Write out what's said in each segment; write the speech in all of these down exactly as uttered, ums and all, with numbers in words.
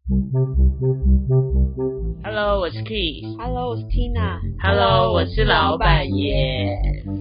Hello， 我是 Keith。 Hello， 我是 Tina。 Hello， 我是老板耶。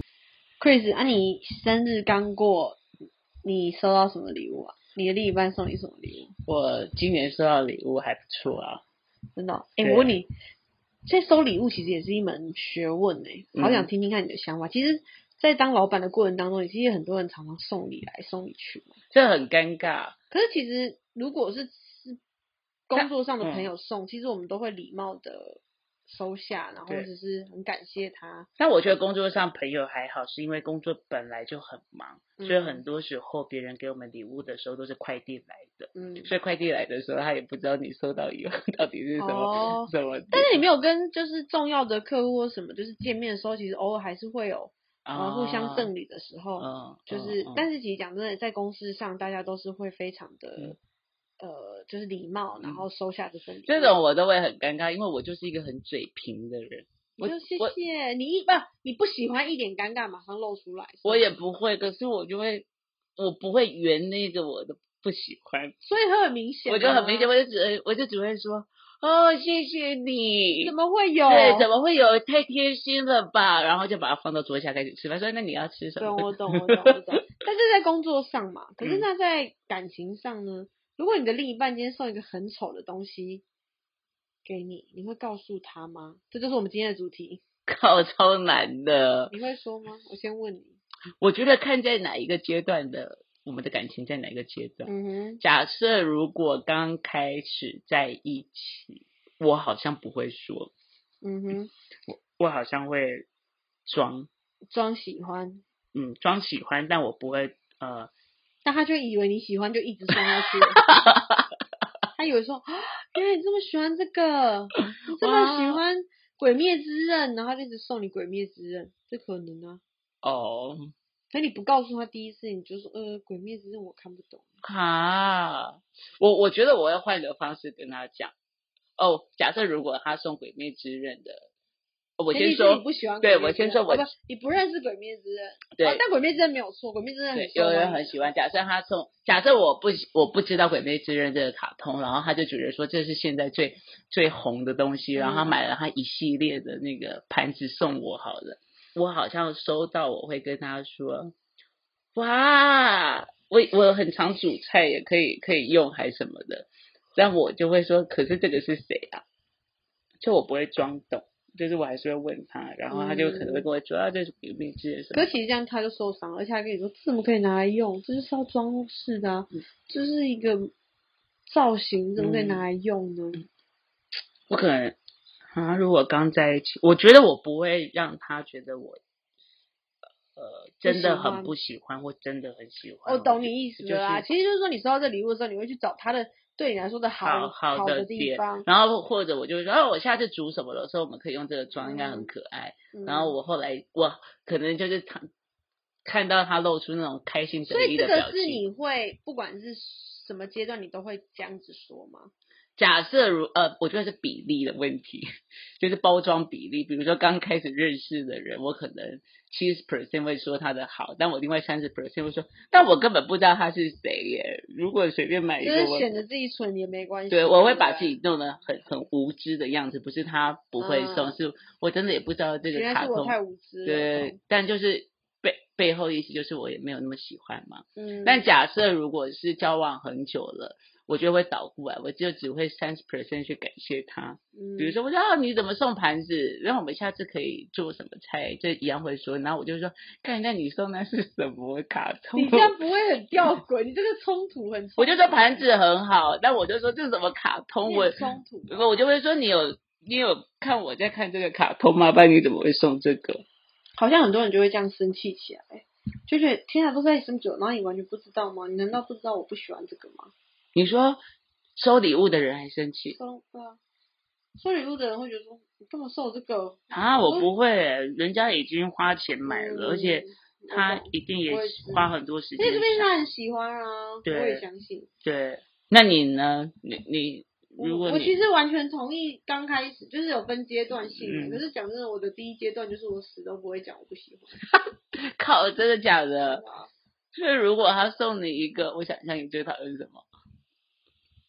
Chris， 啊，你生日刚过，你收到什么礼物啊？你的另一半送你什么礼物？ 我今年收到礼物还不错啊。 真的、哦？哎、欸，我问你，现在收礼物其实也是一门学问哎、欸，好想听听看你的想法。嗯、其实，在当老板的过程当中，其实很多人常常送礼来送礼去嘛， 这很尴尬。 可是其实如果是是工作上的朋友送，嗯、其实我们都会礼貌的收下，然后只是很感谢他。 但我觉得工作上朋友还好，是因为工作本来就很忙，嗯、所以很多时候别人给我们礼物的时候都是快递来的，嗯，所以快递来的时候他也不知道你收到以后到底是什么、哦、什么。 但是你没有跟就是重要的客户或什么，就是见面的时候，其实偶尔还是会有。呃，互相赠礼的时候，嗯、就是，嗯、但是其实讲真的，在公司上，大家都是会非常的，嗯、呃，就是礼貌，然后收下这份礼物。 这种我都会很尴尬，因为我就是一个很嘴贫的人。 我就谢谢你一不，你不喜欢一点尴尬马上露出来。 我也不会，可是我就会，我不会圆那个我的不喜欢， 所以它很明显。 我就很明显，我就只我就只会说。哦，谢谢你。 怎么会有？ 对，怎么会有？太贴心了吧！然后就把它放到桌下开始吃饭。说那你要吃什么？ 对，我懂，我懂，我懂。但是在工作上嘛，可是那在感情上呢？嗯、如果你的另一半今天送一个很丑的东西给你，你会告诉他吗？这就是我们今天的主题。 靠，超难的。 你会说吗？我先问你。 我觉得看在哪一个阶段的。我们的感情在哪个阶段？嗯哼。假设如果刚开始在一起，我好像不会说。嗯哼。我我好像会装装喜欢。 嗯，装喜欢，但我不会呃。 但他就以为你喜欢，就一直送下去。他以为说，原来你这么喜欢这个，你这么喜欢《鬼灭之刃》，然后他就一直送你《鬼灭之刃》，这可能啊。 哦。 可你不告诉他第一次，你就说呃，鬼灭之刃我看不懂啊。我我觉得我要换个方式跟他讲。哦，假设如果他送鬼灭之刃的，我先说你不喜欢对，我先说我、 哦、不，你不认识鬼灭之刃， 对、 哦，但鬼灭之刃没有错，鬼灭之刃对有人很喜欢。假设他送，假设我不我不知道鬼灭之刃这个卡通，然后他就觉得说这是现在最最红的东西，然后他买了他一系列的那个盘子送我好了。我好像收到，我会跟他说，哇，我我很常煮菜，也可以可以用还什么的，但我就会说，可是这个是谁啊？就我不会装懂，就是我还是会问他，然后他就可能会跟我说，嗯、啊，这是鬼灭之刃什么。 可是其实这样他就受伤了，而且还跟你说，这怎么可以拿来用？这就是要装饰的啊，这、嗯、是一个造型，怎么可以拿来用呢？嗯、 我可能。啊，如果刚在一起，我觉得我不会让他觉得我，呃，真的很不喜欢，或真的很喜欢。 我懂你意思了啦，就是、其实就是说你收到这礼物的时候，你会去找他的对你来说的好好好的地方， 然后或者我就说，哦，我下次煮什么的时候，我们可以用这个装，嗯、应该很可爱。嗯、然后我后来我可能就是看到他露出那种开心得意的表情。 所以这个是你会不管是什么阶段，你都会这样子说吗？ 假设如呃，我觉得是比例的问题，就是包装比例。比如说刚开始认识的人，我可能七十 percent 会说他的好，但我另外三十 percent 会说，但我根本不知道他是谁耶。如果随便买一个， 就是显得自己蠢也没关系。 对，我会把自己弄得很很无知的样子，不是他不会送，嗯、是我真的也不知道这个卡通。 原来是我太无知了。 对，但就是背背后意思就是我也没有那么喜欢嘛。嗯。但假设如果是交往很久了。我就会倒过来，我就只会 三十 percent 去感谢他。嗯，比如说我说啊，你怎么送盘子？然后我们下次可以做什么菜？这一样会说。然后我就说，看一下你送那是什么卡通？ 你这样不会很吊诡？你这个冲突很冲突。 我就说盘子很好，但我就说这是什么卡通？我冲突。 我就会说你有你有看我在看这个卡通吗？不然你怎么会送这个？ 好像很多人就会这样生气起来，就觉得天啊，都在生久，然后你完全不知道吗？你难道不知道我不喜欢这个吗？ 你说收礼物的人还生气？ 收对啊，收礼物的人会觉得说，你干嘛收这个啊？我不会，人家已经花钱买了，嗯、而且他一定也花很多时间。 那这边他很喜欢啊， 对， 我也相信。 对，那你呢？你你如果你我其实完全同意，刚开始就是有分阶段性的。 嗯、 可是讲真的，我的第一阶段就是我死都不会讲我不喜欢。 靠，真的假的？所以如果他送你一个，我想一下，你最讨厌什么？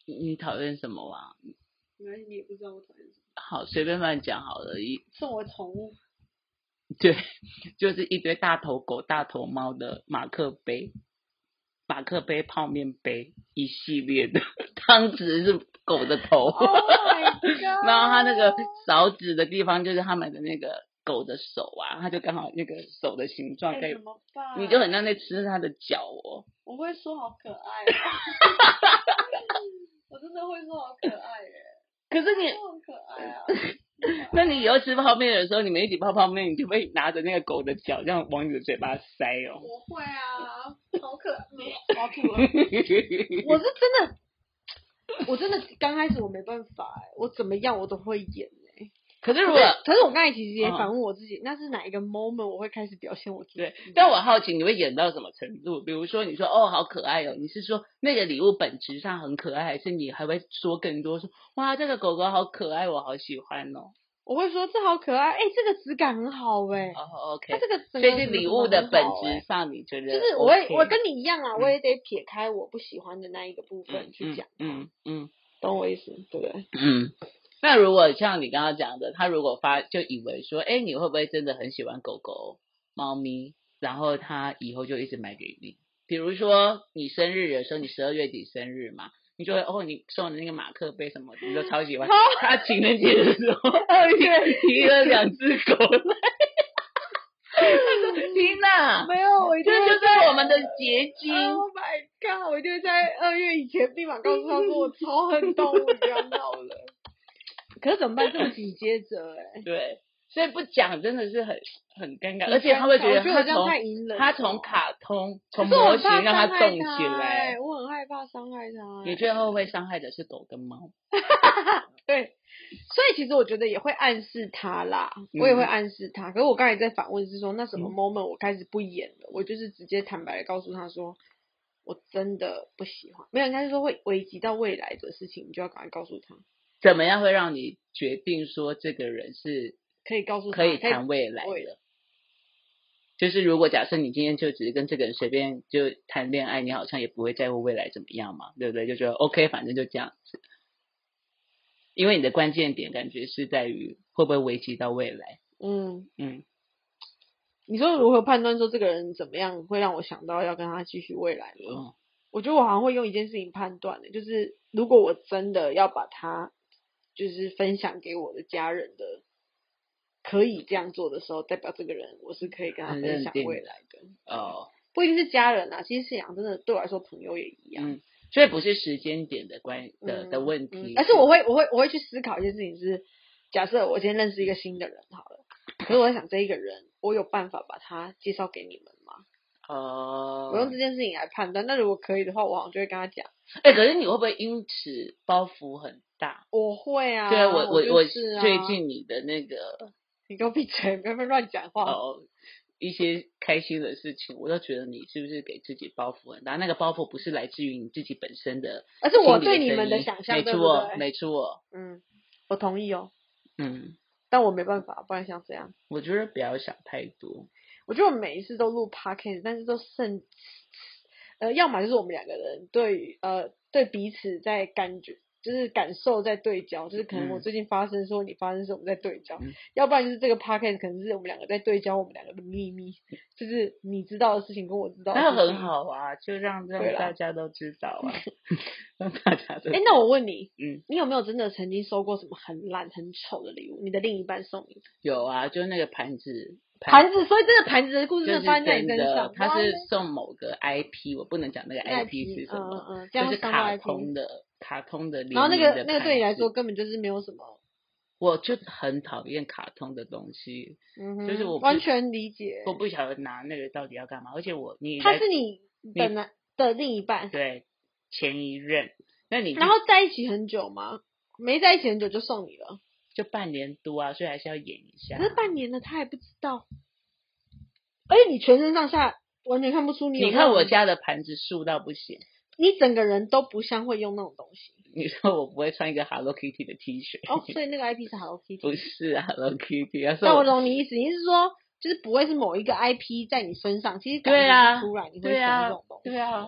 你讨厌什么啊？ 没关系，你也不知道我讨厌什么。 好，随便乱讲好了。一送我宠物。 对，就是一堆大头狗、大头猫的马克杯、马克杯、泡面杯一系列的，汤匙是狗的头， oh my god 然后它那个勺子的地方就是他们的那个狗的手啊，它就刚好那个手的形状可以， 欸、怎么办？ 你就很像在吃它的脚哦。 我会说好可爱、哦，我真的会说好可爱耶。 可是你很可爱啊。 那你以后吃泡面的时候，你们一起泡泡面，你就会拿着那个狗的脚，这样往你的嘴巴塞哦。 我会啊，好可爱，好吐了。我是真的，我真的刚开始我没办法哎，我怎么样我都会演哎。 可是如果， 可是我刚才其实也反问我自己，嗯、那是哪一个 moment 我会开始表现我自己？ 对，但我好奇你会演到什么程度？比如说你说哦好可爱哦，你是说那个礼物本质上很可爱，还是你还会说更多说哇这个狗狗好可爱，我好喜欢哦？ 我会说这好可爱，哎、欸，这个质感很好哎。 哦 ，OK， 它这个所以是礼物的本质上你觉得、OK？ 就是我会，我跟你一样啊，我也得撇开我不喜欢的那一个部分去讲。 嗯嗯 嗯, 嗯， 懂我意思对不对？ 嗯。那如果像你刚刚讲的，他如果发就以为说，哎，你会不会真的很喜欢狗狗、猫咪，然后他以后就一直买给你？比如说你生日的时候，你十二月底生日嘛，你就会哦，你送的那个马克杯什么，你都超喜欢。他情人节的时候，二月提了两只狗来。天哪， 没有，我一定这就是我们的结晶。 Oh my god！ 我就在二月以前立马告诉他说，我超恨动物，不要闹了。可是怎么办？这么紧接着哎， 对，所以不讲真的是很很尴尬，而且他会觉得他从他从卡通从模型让他动起来， 我很害怕伤害他。 你最后会伤害的是狗跟猫。 对，所以其实我觉得也会暗示他啦，嗯、我也会暗示他。可是我刚才在反问是说，那什么 moment 我开始不演了？嗯、我就是直接坦白的告诉他说，我真的不喜欢。没有，应该是说会危及到未来的事情，你就要赶快告诉他。 怎么样会让你决定说这个人是可以告诉他可以谈未来的？就是如果假设你今天就只是跟这个人随便就谈恋爱，你好像也不会在乎未来怎么样嘛，对不对？就觉得 OK， 反正就这样子。因为你的关键点感觉是在于会不会危及到未来。 嗯嗯。 你说如何判断说这个人怎么样会让我想到要跟他继续未来吗？ 嗯。 我觉得我好像会用一件事情判断的，就是如果我真的要把他就是分享给我的家人的，可以这样做的时候，代表这个人我是可以跟他分享未来的。 哦， 不一定是家人啊，其实信仰真的对我来说，朋友也一样。 嗯，所以不是时间点的关的、嗯、的问题、嗯， 而是我会我会我会去思考一件事情是，假设我今天认识一个新的人好了，可是我在想这一个人，我有办法把他介绍给你们吗？ 哦， 我用这件事情来判断，那如果可以的话，我好像就会跟他讲。 哎、欸，可是你会不会因此包袱很大？ 我会啊， 对我我我、 啊、 我最近你的那个， 你给我闭嘴，不要乱讲话。 哦，一些开心的事情，我都觉得你是不是给自己包袱很大？那个包袱不是来自于你自己本身的， 而是我对你们的想象， 没错，没错。 嗯，我同意哦。 嗯， 但我没办法，不然像这样。 我觉得不要想太多。 我觉得我每一次都录 podcast， 但是都甚，呃，要么就是我们两个人对呃对彼此在感觉，就是感受在对焦，就是可能我最近发生说你发生事，我们在对焦，嗯、要不然就是这个 podcast 可能是我们两个在对焦我们两个的秘密，就是你知道的事情跟我知道的事情。 那很好啊，就让让大家都知道啊，让大家都。 哎，那我问你， 嗯， 你有没有真的曾经收过什么很烂很丑的礼物？你的另一半送你的？ 有啊，就是那个盘子。 盘子，所以这个盘子的故事是发生在你身上。 他是送某个 I P， 我不能讲那个 I P 是什么， 嗯嗯， 就是卡通的，卡通的。 然后那个那个对你来说根本就是没有什么。 我就很讨厌卡通的东西， 嗯、 就是我完全理解。 我不晓得拿那个到底要干嘛，而且我你他是你的男的另一半， 对，前一任。那你然后在一起很久吗？没在一起很久就送你了。 就半年多啊，所以还是要演一下。 可是半年了，他还不知道，而且你全身上下完全看不出你有。 你看我家的盘子竖到不行， 你整个人都不像会用那种东西。 你说我不会穿一个 Hello Kitty 的 T 恤？ 哦，所以那个 I P 是 Hello Kitty？ 不是 Hello Kitty。 但我懂你意思，你是说就是不会是某一个 I P 在你身上，其实感觉出来你会送这种东西。 对啊，对啊。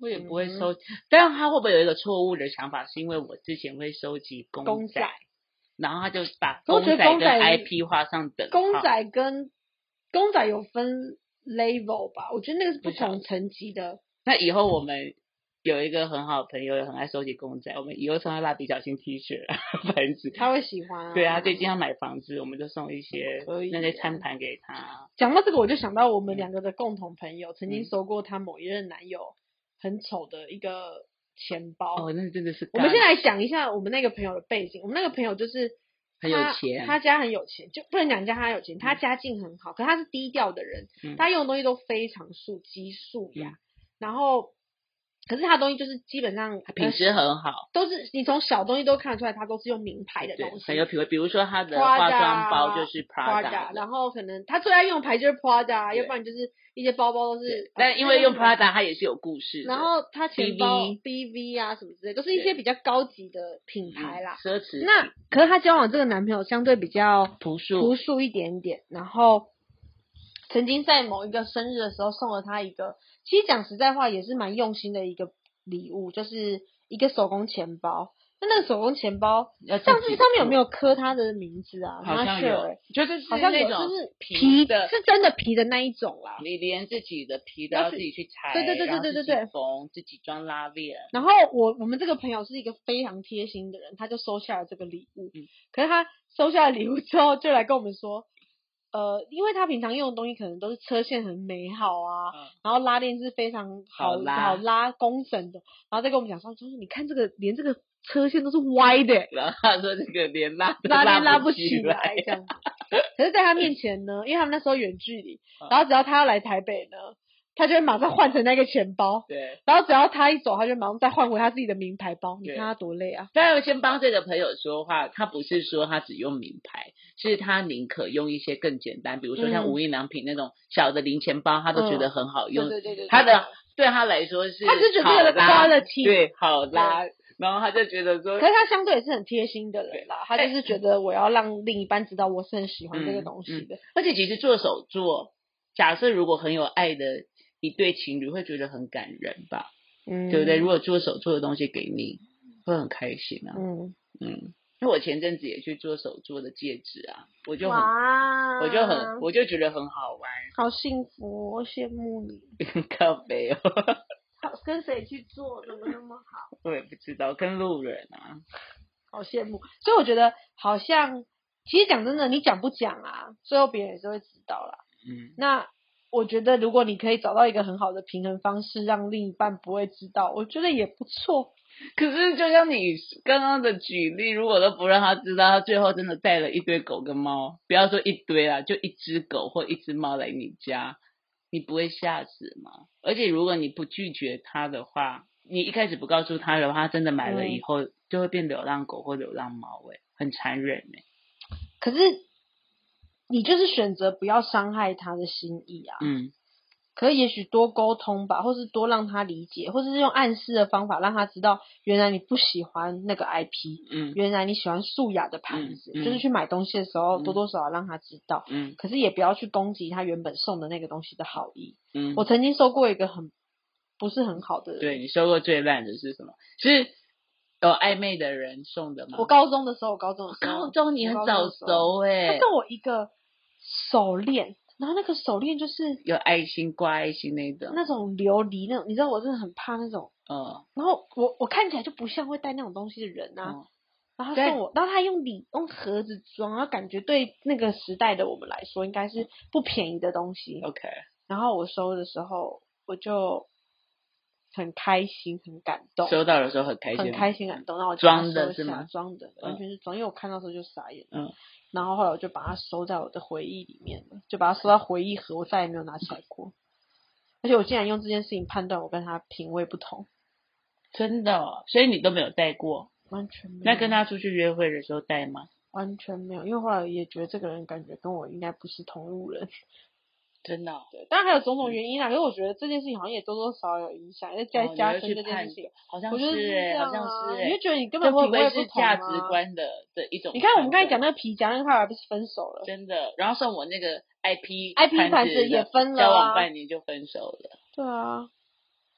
我也不会收，但是他会不会有一个错误的想法，是因为我之前会收集公仔， 公仔然后他就把公仔跟 I P 画上等号。 公仔跟公仔有分 level 吧，我觉得那个是不同层级的。 那以后我们有一个很好的朋友，也很爱收集公仔，我们以后送他蜡笔小新 T 恤、盘子， 他会喜欢啊。 对啊，最近要买房子，我们就送一些那些餐盘给他。 讲到这个，我就想到我们两个的共同朋友，曾经收过他某一任男友很丑的一个钱包。 哦，那真的是。 我们先来讲一下我们那个朋友的背景。我们那个朋友就是很有钱， 他家很有钱，就不能讲家他有钱，他家境很好，可是他是低调的人，嗯、他用的东西都非常素基素雅，嗯、然后。可是他的东西就是基本上品质很好， 都是你从小东西都看得出来，他都是用名牌的东西， 很有品味。比如说他的化妆包就是 Prada， 然后可能他最爱用的牌就是 Prada， 要不然就是一些包包都是。 但因为用 Prada， 它也是有故事的。 然后他钱包 B V 啊什么之类，都是一些比较高级的品牌啦， 嗯、奢侈。 那可是他交往这个男朋友相对比较朴素， 朴素一点点，然后曾经在某一个生日的时候送了他一个。其实讲实在话也是蛮用心的一个礼物，就是一个手工钱包。那那个手工钱包，上次上面有没有刻他的名字啊？ 好像有，就是好像有，就是皮的，是真的皮的那一种啦。 你连自己的皮都要自己去裁， 对对对对对对对， 缝自己装拉链。 然后我我们这个朋友是一个非常贴心的人，他就收下了这个礼物。嗯，可是他收下了礼物之后，就来跟我们说。呃，因为他平常用的东西可能都是车线很美好啊，嗯、然后拉链是非常好好拉好拉工整的，然后再跟我们讲说，就是你看这个连这个车线都是歪的， 然后他说这个连拉拉链拉不起来这样子。可是在他面前呢，因为他们那时候远距离，然后只要他要来台北呢，他就会马上换成那个钱包， 对， 然后只要他一走，他就马上再换回他自己的名牌包。你看他多累啊！ 但我先帮这个朋友说话，他不是说他只用名牌，是他宁可用一些更简单，比如说像无印良品那种小的零钱包，他都觉得很好用。 嗯、对对对对， 他的对他来说是他只觉得这个 quality 对好拉，然后他就觉得说， 可是他相对也是很贴心的人啦，他就是觉得我要让另一半知道我是很喜欢这个东西的。 嗯嗯、而且其实做手作，假设如果很有爱的一对情侣会觉得很感人吧，嗯，对不对？如果做手做的东西给你，会很开心啊。嗯嗯，因为我前阵子也去做手做的戒指啊，我就很，我就很，我就觉得很好玩， 好幸福，我羡慕你。 靠北哦。 跟谁去做？怎么那么好？ 我也不知道，跟路人啊。 好羡慕，所以我觉得好像，其实讲真的，你讲不讲啊，最后别人也是会知道啦。嗯，那。我觉得如果你可以找到一个很好的平衡方式，让另一半不会知道，我觉得也不错。 可是就像你刚刚的举例，如果都不让他知道，他最后真的带了一堆狗跟猫，不要说一堆啦，就一只狗或一只猫来你家，你不会吓死吗？而且如果你不拒绝他的话，你一开始不告诉他的话，他真的买了以后、嗯、就会变流浪狗或流浪猫，哎，很残忍哎。 可是。你就是选择不要伤害他的心意啊，嗯，可是也许多沟通吧，或是多让他理解，或者是用暗示的方法让他知道，原来你不喜欢那个 I P， 嗯，原来你喜欢素雅的盘子，嗯嗯、就是去买东西的时候、嗯、多多少少让他知道，嗯，可是也不要去攻击他原本送的那个东西的好意，嗯，我曾经收过一个很不是很好的人， 对，你收过最烂的是什么？是有暧昧的人送的吗？ 我高中的时候，我高中的时候， 高中你很早熟哎、 欸，他送我一个。手链，然后那个手链就是有爱心挂爱心那种， 那种琉璃那种，你知道我真的很怕那种，嗯，然后我我看起来就不像会带那种东西的人啊，嗯、然后他送我，然后他用礼用盒子装，然后感觉对那个时代的我们来说应该是不便宜的东西 ，OK， 然后我收的时候我就很开心很感动， 收到的时候很开心， 很开心感动，然后我装的是吗？ 装的，完全是装，因为我看到的时候就傻眼， 嗯。 然后后来我就把它收在我的回忆里面了，就把它收到回忆盒，我再也没有拿起来过。而且我竟然用这件事情判断我跟他品味不同， 真的、哦？所以你都没有带过？ 完全没有。 那跟他出去约会的时候带吗？ 完全没有，因为后来也觉得这个人感觉跟我应该不是同路人。 真的、哦？ 对，当然还有种种原因啦。可是我觉得这件事情好像也多多少少有影响，在加加深这件事情。 好像是哎、欸，好像是哎、欸。 你就觉得你根本品味不同、啊、 是价值观的的一种。 你看我们刚才讲那个皮夹，那个后来不是分手了？ 真的。然后送我那个 I P I P 盘子也分了、啊， 交往半年就分手了。 对啊。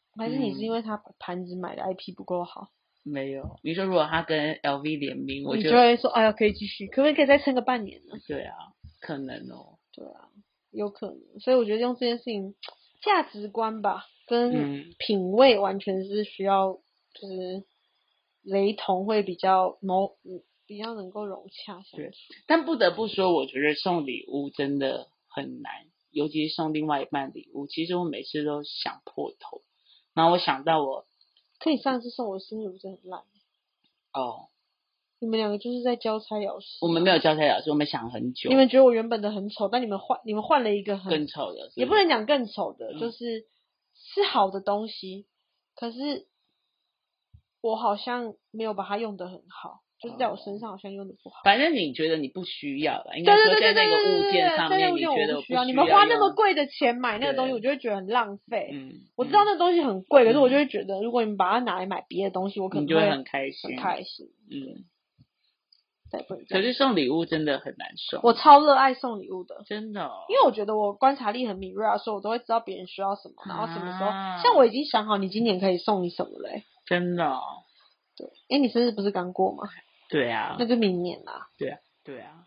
还是你是因为他盘子买的 I P 不够好？ 嗯、没有，你说如果他跟 L V 联名，我就你就会说，哎呀，可以继续，可不可以可以再撑个半年呢？ 对啊，可能哦。 对啊，有可能。所以我觉得用这件事情，价值观吧，跟品味完全是需要，就是雷同会比较谋，比较能够融洽相处。对， 但不得不说，我觉得送礼物真的很难，尤其是送另外一半礼物。其实我每次都想破头，然后我想到我， 可以上次送我生日不是很烂？ 哦， 你们两个就是在交差了事。 我们没有交差了事，我们想很久。 你们觉得我原本的很丑，但你们换你们换了一个很更丑的， 也不能讲更丑的， 嗯、 就是是好的东西，可是我好像没有把它用得很好。就是在我身上好像用的不好， 反正你觉得你不需要吧？应该说在那个物件上面，你觉得不需要。你们花那么贵的钱买那个东西，我就会觉得很浪费。嗯，我知道那个东西很贵，可是我就会觉得，如果你们把它拿来买别的东西，我可能会很开心， 很开心。 嗯， 对，不可是送礼物真的很难送。 我超热爱送礼物的， 真的、哦， 因为我觉得我观察力很敏锐啊，所以我都会知道别人需要什么，然后什么时候，啊、像我已经想好你今年可以送你什么嘞。 真的、哦。 对，哎，你生日不是刚过吗？ 对啊， 那就明年啦。 对啊，对啊。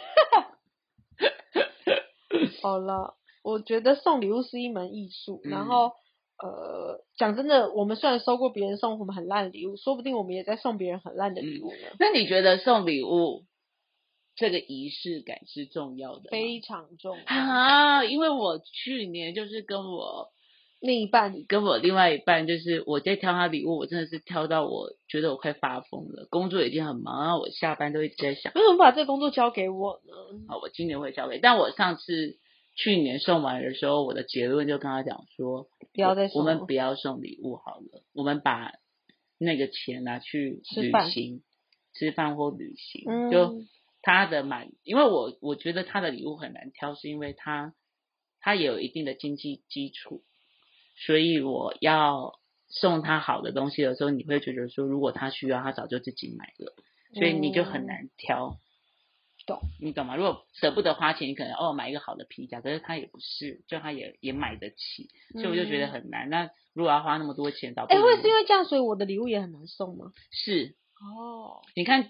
好了，我觉得送礼物是一门艺术，嗯、然后呃，讲真的，我们虽然收过别人送我们很烂的礼物，说不定我们也在送别人很烂的礼物呢。 嗯、那你觉得送礼物这个仪式感是重要的吗？ 非常重要啊！因为我去年就是跟我。 另一半跟我另外一半，就是我在挑他礼物，我真的是挑到我觉得我快发疯了。工作已经很忙，然后我下班都一直在想， 为什么把这个工作交给我呢？ 好，我今年会交给，但我上次去年送完的时候，我的结论就跟他讲说， 不要再送， 我们不要送礼物好了，我们把那个钱拿去旅行，吃饭或旅行，嗯、就他的满，因为我我觉得他的礼物很难挑，是因为他他也有一定的经济基础。所以我要送他好的东西的时候，你会觉得说，如果他需要，他早就自己买了，所以你就很难挑。 懂、 嗯，你懂吗？如果舍不得花钱，你可能哦买一个好的皮夹，可是他也不是，就他也也买得起，所以我就觉得很难。嗯、那如果要花那么多钱，倒不如。 哎，会是因为这样，所以我的礼物也很难送吗？ 是哦， 你看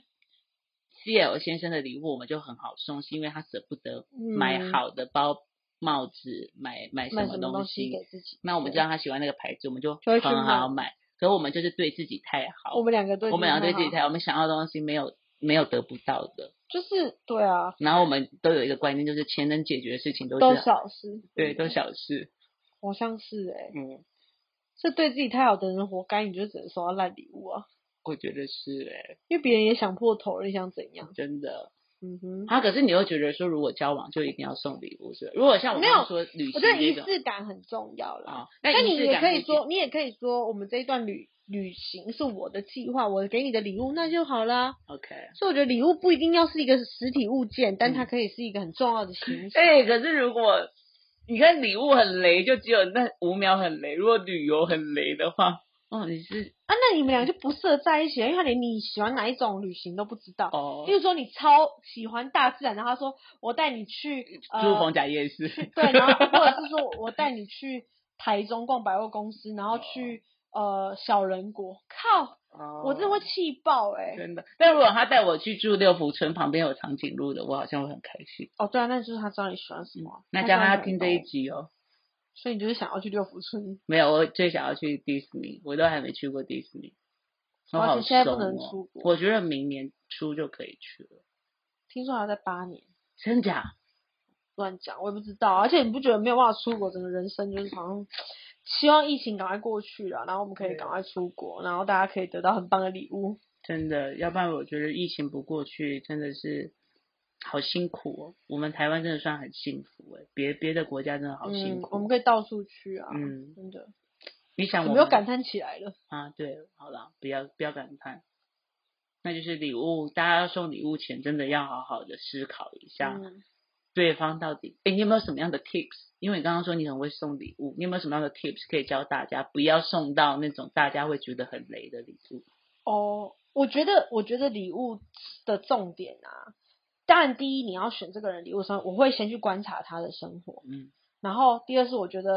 C L 先生的礼物我们就很好送，是因为他舍不得买好的包。嗯帽子买买什么东西给自己， 那我们知道他喜欢那个牌子，我们就很好买。可是我们就是对自己太好， 我们两个对我们两个对自己太好，我们想要的东西没有没有得不到的， 就是对啊。 然后我们都有一个观念，就是钱能解决的事情都是都小事， 对，都小事。 好像是哎、欸， 嗯， 是对自己太好的人活该，你就只能收到烂礼物啊。 我觉得是哎、欸， 因为别人也想破头了，你想怎样？ 真的。 嗯哼， 啊，可是你又觉得说，如果交往就一定要送礼物，是吧？如果像我刚刚说旅行， 我觉得仪式感很重要啦。 啊， 那你也可以说，你也可以说，我们这一段旅旅行是我的计划，我给你的礼物那就好啦。 OK， 所以我觉得礼物不一定要是一个实体物件，但它可以是一个很重要的形式。 哎、欸，可是如果你看礼物很雷，就只有那五秒很雷；如果旅游很雷的话。哦，你是啊？那你们俩就不适合在一起，因为他连你喜欢哪一种旅行都不知道。 哦， 比如说你超喜欢大自然，然后他说我带你去呃珠峰甲夜市， 对，然后或者是说我带你去台中逛百货公司，然后去、哦、呃小人国，靠，哦、我真的会气爆哎、欸！ 真的。但如果他带我去住六福村旁边有长颈鹿的，我好像会很开心。 哦，对啊，那就是他知道你喜欢什么、啊， 那叫他听这一集哦。 所以你就是想要去六福村？ 没有，我最想要去迪士尼，我都还没去过迪士尼。我好、哦、 现在不能出国。 我觉得明年初就可以去了。 听说还要再八年。 真假？ 乱讲，我也不知道。而且你不觉得没有办法出国，整个人生就是好像希望疫情赶快过去了，然后我们可以赶快出国，然后大家可以得到很棒的礼物。 真的，要不然我觉得疫情不过去，真的是。好辛苦哦，我们台湾真的算很幸福哎，别别的国家真的好辛苦。 嗯、我们可以到处去啊， 嗯， 真的。 你想我们又感叹起来了啊？对，好了，不要不要感叹。那就是礼物，大家要送礼物前，真的要好好的思考一下，嗯、对方到底，哎，你有没有什么样的 tips？ 因为你刚刚说你很会送礼物，你有没有什么样的 tips 可以教大家，不要送到那种大家会觉得很雷的礼物？ 哦，我觉得，我觉得礼物的重点啊。当然，第一你要选这个人礼物的时候，我会先去观察他的生活，嗯，然后第二是我觉得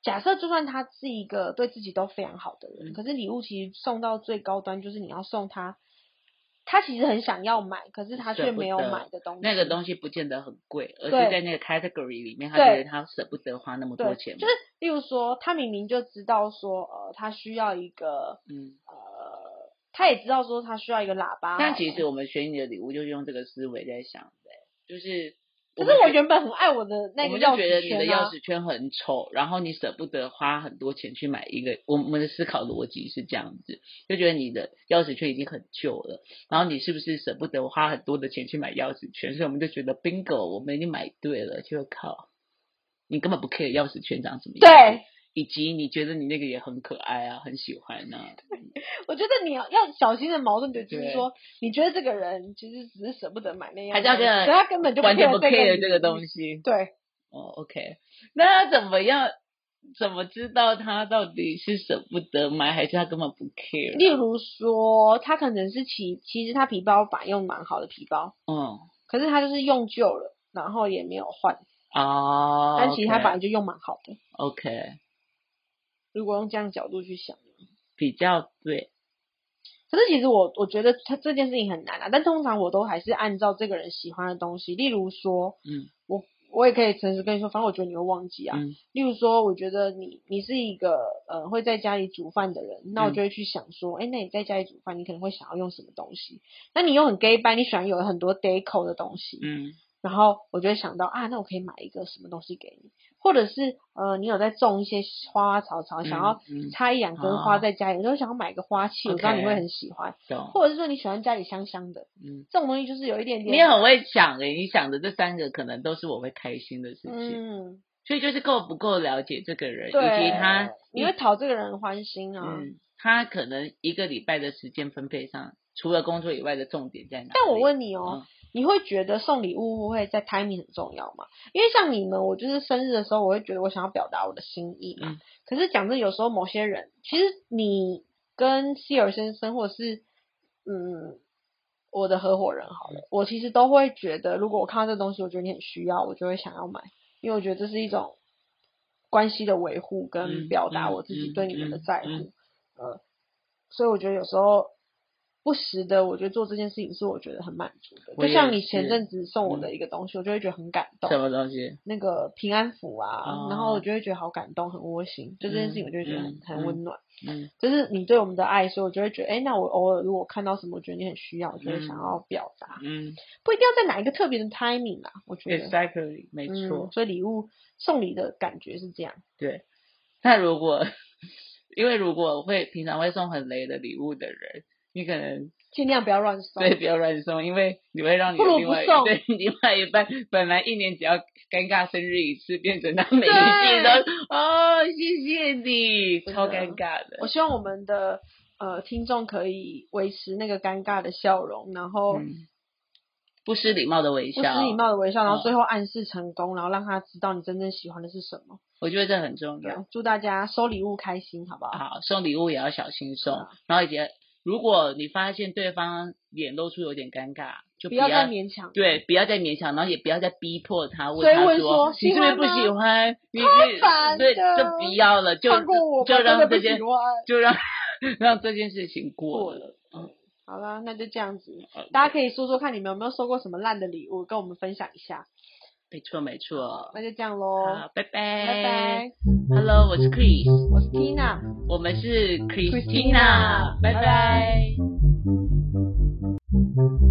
假设就算他是一个对自己都非常好的人， 嗯、 可是礼物其实送到最高端，就是你要送他，他其实很想要买，可是他却没有买的东西。 那个东西不见得很贵，而是在那个 category 里面，他觉得他舍不得花那么多钱。 就是例如说，他明明就知道说，呃，他需要一个，嗯，呃，他也知道说他需要一个喇叭。 但其实我们选你的礼物就是用这个思维在想的，就是。 可是我原本很爱我的那个钥匙圈、啊、 我们就觉得你的钥匙圈很丑，然后你舍不得花很多钱去买一个。我们的思考逻辑是这样子，就觉得你的钥匙圈已经很旧了，然后你是不是舍不得花很多的钱去买钥匙圈？所以我们就觉得 bingo， 我们已经买对了。就靠，你根本不 care 钥匙圈长什么样子。 对。 以及你觉得你那个也很可爱啊，很喜欢啊。 我觉得你要要小心的矛盾点就是说，你觉得这个人其实只是舍不得买那样， 还是要跟所以他根本就完全不 care 这个东西。 对， 哦 ，OK， 那他怎么样？怎么知道他到底是舍不得买，还是他根本不 care？ 例如说，他可能是其其实他皮包版用蛮好的皮包，嗯，可是他就是用旧了，然后也没有换哦， 但其实他本来就用蛮好的。 OK。 如果用这样角度去想， 比较对。 可是其实我我觉得他这件事情很难啊，但通常我都还是按照这个人喜欢的东西，例如说，嗯，我我也可以诚实跟你说，反正我觉得你会忘记啊。嗯、例如说，我觉得你你是一个呃会在家里煮饭的人，那我就会去想说，哎、嗯，那你在家里煮饭，你可能会想要用什么东西？那你又很 gay 掰，你喜欢有很多 deco 的东西，嗯。然后我就会想到啊，那我可以买一个什么东西给你，或者是呃，你有在种一些花花草草，嗯、想要插一两根花在家里，我、哦、就想要买个花器， okay, 我知道你会很喜欢，或者是说你喜欢家里香香的，嗯，这种东西就是有一点点。 你很会想诶，你想的这三个可能都是我会开心的事情，嗯，所以就是够不够了解这个人，以及他， 你会讨这个人欢心啊， 嗯，他可能一个礼拜的时间分配上，除了工作以外的重点在哪里？ 但我问你哦。嗯，你会觉得送礼物会在 timing 很重要吗？因为像你们，我就是生日的时候，我会觉得我想要表达我的心意嘛。嗯、可是讲真，有时候某些人，其实你跟希尔先生，或者是嗯我的合伙人好了，我其实都会觉得，如果我看到这东西，我觉得你很需要，我就会想要买，因为我觉得这是一种关系的维护跟表达我自己对你们的在乎。嗯嗯嗯嗯、呃，所以我觉得有时候。不时的，我觉得做这件事情是我觉得很满足的。就像你前阵子送我的一个东西，嗯、我就会觉得很感动。 什么东西？ 那个平安符啊，哦、然后我就会觉得好感动，很窝心。就这件事情，我就会觉得很、嗯、很温暖。嗯，就是你对我们的爱，所以我就会觉得，哎，那我偶尔如果看到什么，我觉得你很需要，我就会想要表达。嗯，不一定要在哪一个特别的 timing 啊，我觉得。 Exactly， 没错、 嗯。所以礼物送礼的感觉是这样。 对。那如果，因为如果会平常会送很雷的礼物的人。你可能尽量不要乱送， 对，不要乱送，因为你会让你的另外对另外一半本来一年只要尴尬生日一次，变成他每一季都哦，谢谢你，超尴尬的。 我希望我们的呃听众可以维持那个尴尬的笑容，然后、嗯、 不失礼貌的微笑， 不失礼貌的微笑，然后最后暗示成功，哦、然后让他知道你真正喜欢的是什么。 我觉得这很重要。 祝大家收礼物开心，好不好？ 好，送礼物也要小心送，啊、然后以及。如果你发现对方脸露出有点尴尬，就不要, 不要再勉强， 对，不要再勉强，然后也不要再逼迫他，问他说, 说你是不是不喜欢？你是对，就不要了，就我就让这件就让让这件事情过了。 过了嗯，好啦，那就这样子，大家可以说说看你们有没有收过什么烂的礼物，跟我们分享一下。 没错没错， 那就这样咯， 好，拜拜拜拜。 Hello， 我是 Chris， 我是 Tina， 我们是 Christina， 拜拜。拜拜。